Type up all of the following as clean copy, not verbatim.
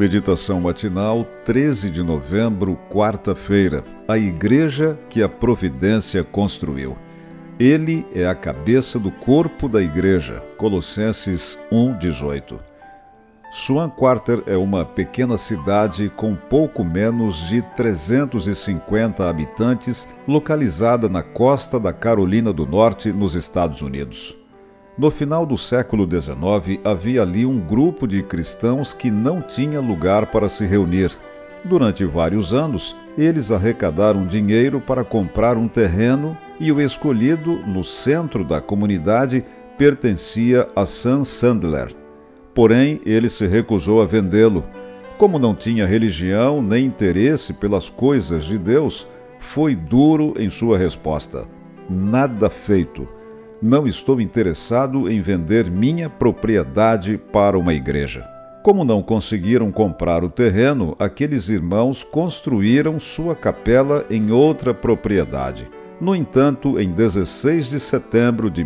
Meditação matinal, 13 de novembro, quarta-feira. A igreja que a providência construiu. Ele é a cabeça do corpo da igreja. Colossenses 1:18. Swan Quarter é uma pequena cidade com pouco menos de 350 habitantes, localizada na costa da Carolina do Norte, nos Estados Unidos. No final do século XIX, havia ali um grupo de cristãos que não tinha lugar para se reunir. Durante vários anos, eles arrecadaram dinheiro para comprar um terreno e o escolhido, no centro da comunidade, pertencia a Sam Sandler. Porém, ele se recusou a vendê-lo. Como não tinha religião nem interesse pelas coisas de Deus, foi duro em sua resposta. Nada feito. Não estou interessado em vender minha propriedade para uma igreja. Como não conseguiram comprar o terreno, aqueles irmãos construíram sua capela em outra propriedade. No entanto, em 16 de setembro de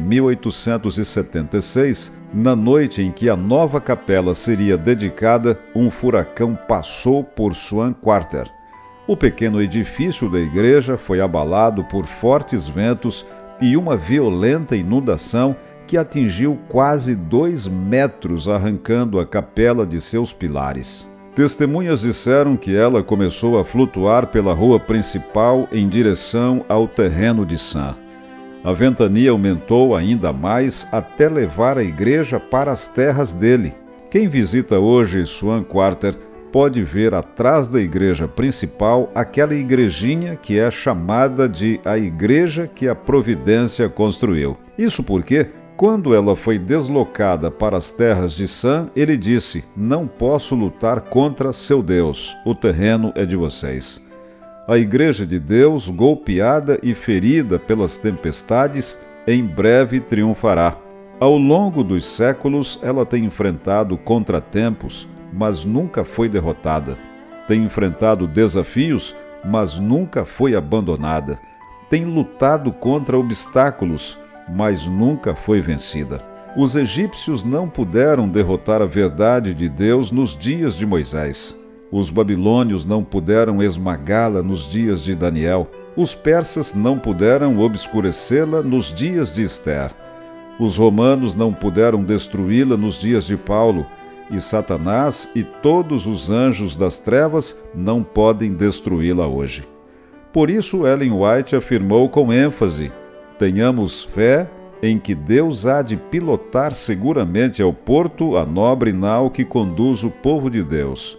1876, na noite em que a nova capela seria dedicada, um furacão passou por Swan Quarter. O pequeno edifício da igreja foi abalado por fortes ventos e uma violenta inundação que atingiu quase 2 metros, arrancando a capela de seus pilares. Testemunhas disseram que ela começou a flutuar pela rua principal em direção ao terreno de Sam. A ventania aumentou ainda mais até levar a igreja para as terras dele. Quem visita hoje Swan Quarter pode ver atrás da igreja principal aquela igrejinha que é chamada de a igreja que a providência construiu. Isso porque, quando ela foi deslocada para as terras de Sam, ele disse: "Não posso lutar contra seu Deus, o terreno é de vocês." A igreja de Deus, golpeada e ferida pelas tempestades, em breve triunfará. Ao longo dos séculos, ela tem enfrentado contratempos, mas nunca foi derrotada. Tem enfrentado desafios, mas nunca foi abandonada. Tem lutado contra obstáculos, mas nunca foi vencida. Os egípcios não puderam derrotar a verdade de Deus nos dias de Moisés. Os babilônios não puderam esmagá-la nos dias de Daniel. Os persas não puderam obscurecê-la nos dias de Esther. Os romanos não puderam destruí-la nos dias de Paulo. E Satanás e todos os anjos das trevas não podem destruí-la hoje. Por isso, Ellen White afirmou com ênfase: tenhamos fé em que Deus há de pilotar seguramente ao porto a nobre nau que conduz o povo de Deus.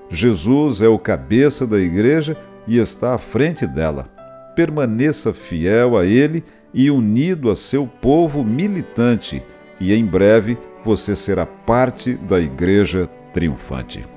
Jesus é o cabeça da igreja e está à frente dela. Permaneça fiel a Ele e unido a seu povo militante, e em breve você será parte da igreja triunfante.